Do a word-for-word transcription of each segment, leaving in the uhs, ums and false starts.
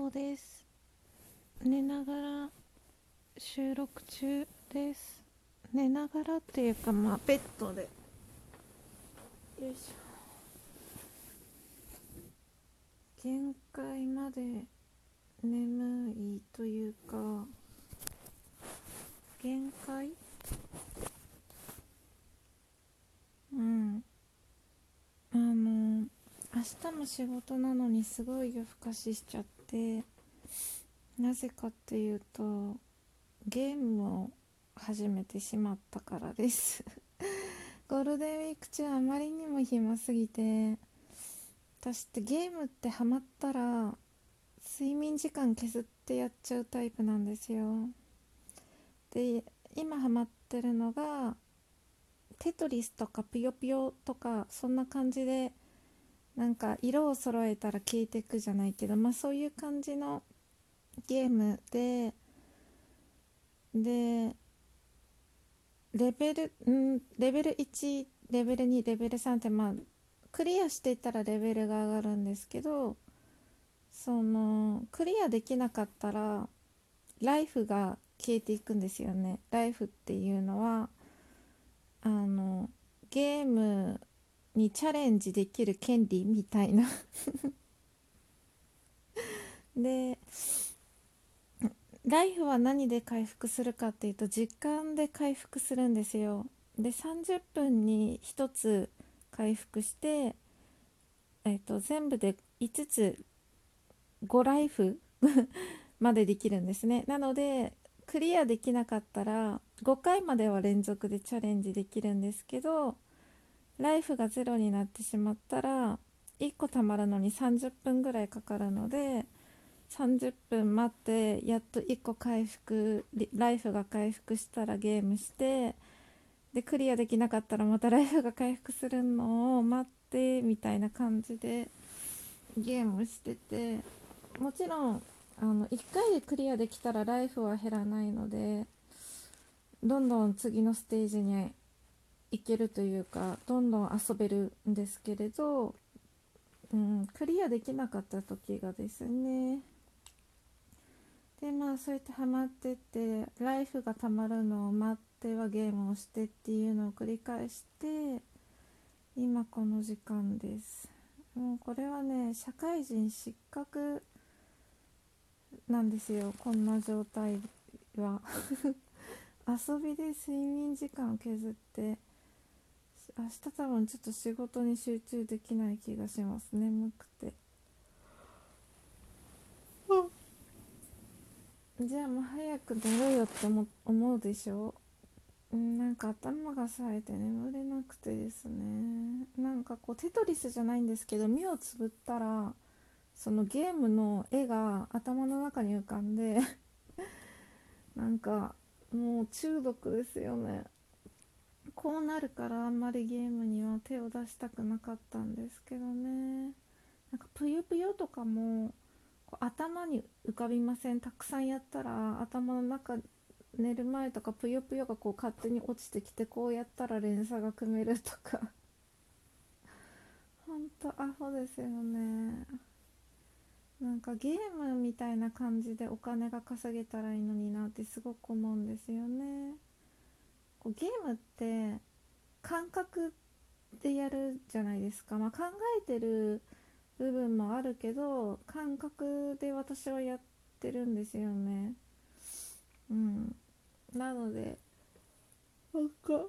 ほです。寝ながら収録中です。寝ながらっていうか、まあベッドで、よいしょ、限界まで眠いというか、限界、うんあの明日も仕事なのにすごい夜更かししちゃって、なぜかっていうとゲームを始めてしまったからです。ゴールデンウィーク中あまりにも暇すぎて、私ってゲームってハマったら睡眠時間削ってやっちゃうタイプなんですよ。で、今ハマってるのがテトリスとかぷよぷよとか、そんな感じで、なんか色を揃えたら消えていくじゃないけど、まあそういう感じのゲームで、でレベルんレベルいち、レベルに、レベルさんって、まあクリアしていったらレベルが上がるんですけど、そのクリアできなかったらライフが消えていくんですよね。ライフっていうのは、あのゲームにチャレンジできる権利みたいな。で、ライフは何で回復するかっていうと、時間で回復するんですよ。で、さんじゅっぷんにひとつ回復して、えっと、全部でいつつごライフまでできるんですね。なのでクリアできなかったらごかいまでは連続でチャレンジできるんですけど、ライフがゼロになってしまったらいっこ貯まるのにさんじゅっぷんぐらいかかるので、さんじゅっぷん待ってやっといっこ回復、ライフが回復したらゲームして、でクリアできなかったらまたライフが回復するのを待ってみたいな感じでゲームしてて、もちろんあのいっかいでクリアできたらライフは減らないので、どんどん次のステージに行けるというか、どんどん遊べるんですけれど、うん、クリアできなかった時がですね。で、まあそうやってハマってって、ライフがたまるのを待ってはゲームをしてっていうのを繰り返して、今この時間です。もうこれはね、社会人失格なんですよ、こんな状態は。遊びで睡眠時間を削って、明日多分ちょっと仕事に集中できない気がします、眠くて。じゃあもう早く寝ろよって思思うでしょ。うん、なんか頭が冴えて眠れなくてですね。なんかこうテトリスじゃないんですけど、目をつぶったらそのゲームの絵が頭の中に浮かんで、なんかもう中毒ですよね。こうなるからあんまりゲームには手を出したくなかったんですけどね。なんかぷよぷよとかもこう頭に浮かびません？たくさんやったら頭の中、寝る前とかぷよぷよがこう勝手に落ちてきて、こうやったら連鎖が組めるとか。ほんとアホですよね。なんかゲームみたいな感じでお金が稼げたらいいのになってすごく思うんですよね。こうゲームって感覚でやるじゃないですか。まあ、考えてる部分もあるけど、感覚で私はやってるんですよね。うん。なので、なんか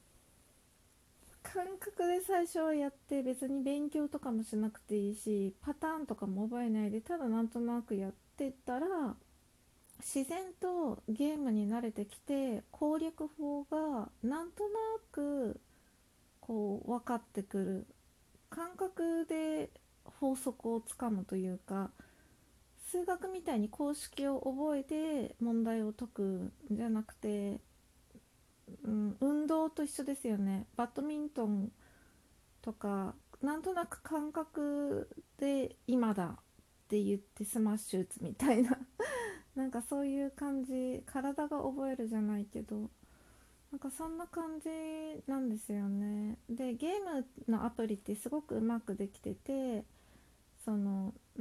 感覚で最初はやって、別に勉強とかもしなくていいし、パターンとかも覚えないで、ただなんとなくやってったら、自然とゲームに慣れてきて、攻略法がなんとなくこう分かってくる。感覚で法則をつかむというか、数学みたいに公式を覚えて問題を解くんじゃなくて、うん、運動と一緒ですよね。バドミントンとか、なんとなく感覚で今だって言ってスマッシュ打つみたいな。なんかそういう感じ、体が覚えるじゃないけど、なんかそんな感じなんですよね。で、ゲームのアプリってすごくうまくできてて、その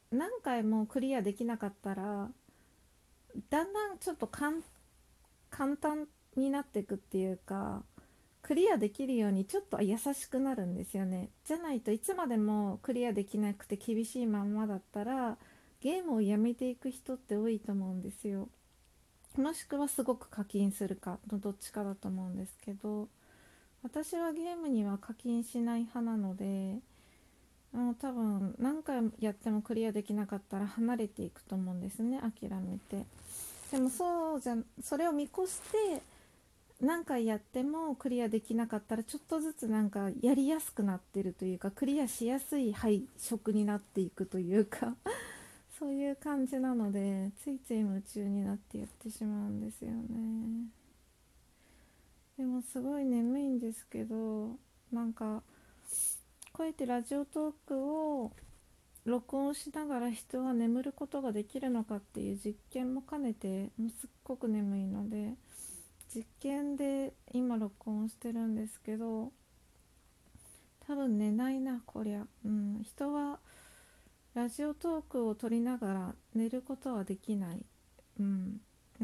何回もクリアできなかったらだんだんちょっと簡簡単になっていくっていうか、クリアできるようにちょっと優しくなるんですよね。じゃないといつまでもクリアできなくて厳しいまんまだったらゲームをやめていく人って多いと思うんですよ。もしくはすごく課金するかのどっちかだと思うんですけど、私はゲームには課金しない派なので、もう多分何回やってもクリアできなかったら離れていくと思うんですね、諦めて。でもそうじゃそれを見越して何回やってもクリアできなかったらちょっとずつなんかやりやすくなってるというか、クリアしやすい配色になっていくというかそういう感じなので、ついつい夢中になってやってしまうんですよね。でもすごい眠いんですけど、なんかこうやってラジオトークを録音しながら人は眠ることができるのかっていう実験も兼ねて、もうすっごく眠いので実験で今録音してるんですけど、多分寝ないなこりゃ。うん、人はラジオトークを撮りながら寝ることはできない。うん、うん、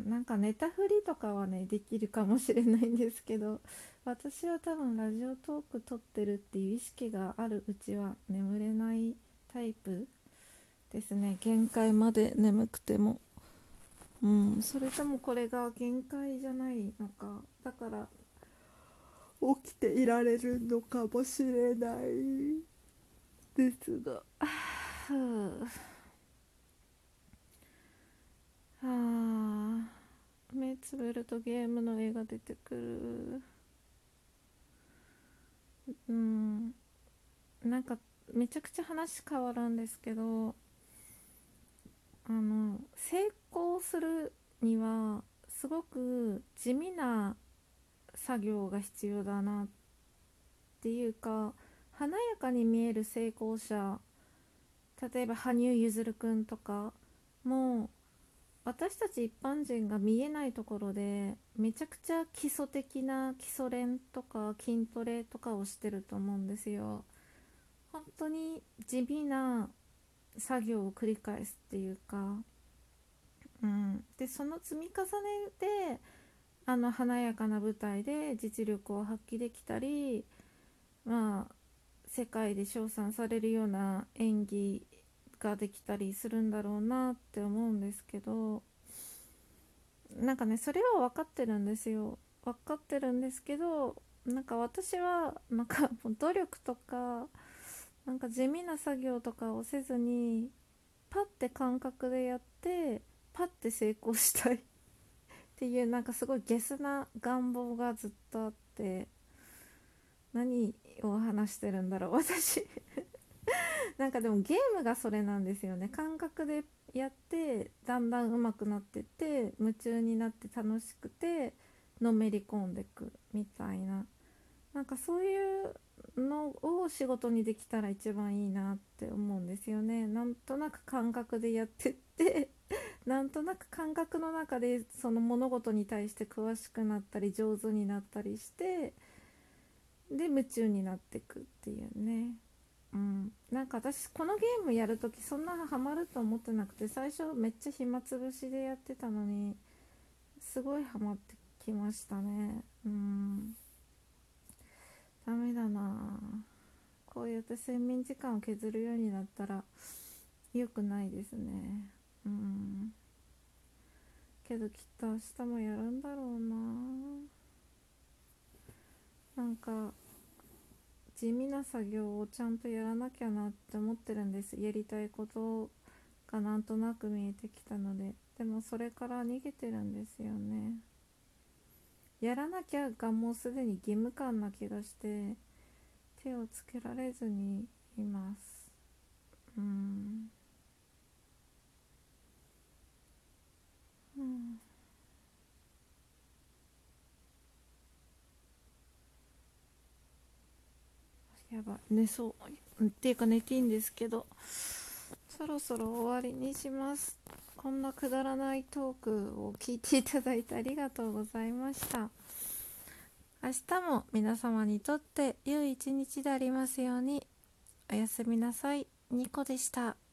なんか寝たふりとかはねできるかもしれないんですけど、私は多分ラジオトーク撮ってるっていう意識があるうちは眠れないタイプですね。限界まで眠くても。うん、それともこれが限界じゃないのか、だから起きていられるのかもしれないですが、ふう、はあ、目つぶるとゲームの絵が出てくる。うん、なんかめちゃくちゃ話変わるんですけど、あの成功するにはすごく地味な作業が必要だなっていうか、華やかに見える成功者、例えば羽生結弦くんとかも、私たち一般人が見えないところでめちゃくちゃ基礎的な基礎練とか筋トレとかをしてると思うんですよ。本当に地味な作業を繰り返すっていうか、うん、でその積み重ねであの華やかな舞台で実力を発揮できたり、まあ世界で称賛されるような演技ができたりするんだろうなって思うんですけど、なんかねそれは分かってるんですよ。分かってるんですけど、なんか私はなんかもう努力とかなんか地味な作業とかをせずにパッて感覚でやってパッて成功したいっていう、なんかすごいゲスな願望がずっとあって、何を話してるんだろう私なんかでもゲームがそれなんですよね。感覚でやってだんだん上手くなってって夢中になって楽しくてのめり込んでくみたいな、なんかそういうのを仕事にできたら一番いいなって思うんですよね。なんとなく感覚でやってってなんとなく感覚の中でその物事に対して詳しくなったり上手になったりして、で夢中になってくっていうね。うん、なんか私このゲームやるときそんなハマると思ってなくて、最初めっちゃ暇つぶしでやってたのにすごいハマってきましたね。うん、ダメだな、こうやって睡眠時間を削るようになったら良くないですね。うん、けどきっと明日もやるんだろうな。なんか地味な作業をちゃんとやらなきゃなって思ってるんです。やりたいことがなんとなく見えてきたので。でもそれから逃げてるんですよね。やらなきゃがもうすでに義務感な気がして手をつけられずにいます。うん、うん、やばい、寝そうっていうか寝ていいんですけど、そろそろ終わりにします。こんなくだらないトークを聞いていただいてありがとうございました。明日も皆様にとって良い一日でありますように。おやすみなさい。ニコでした。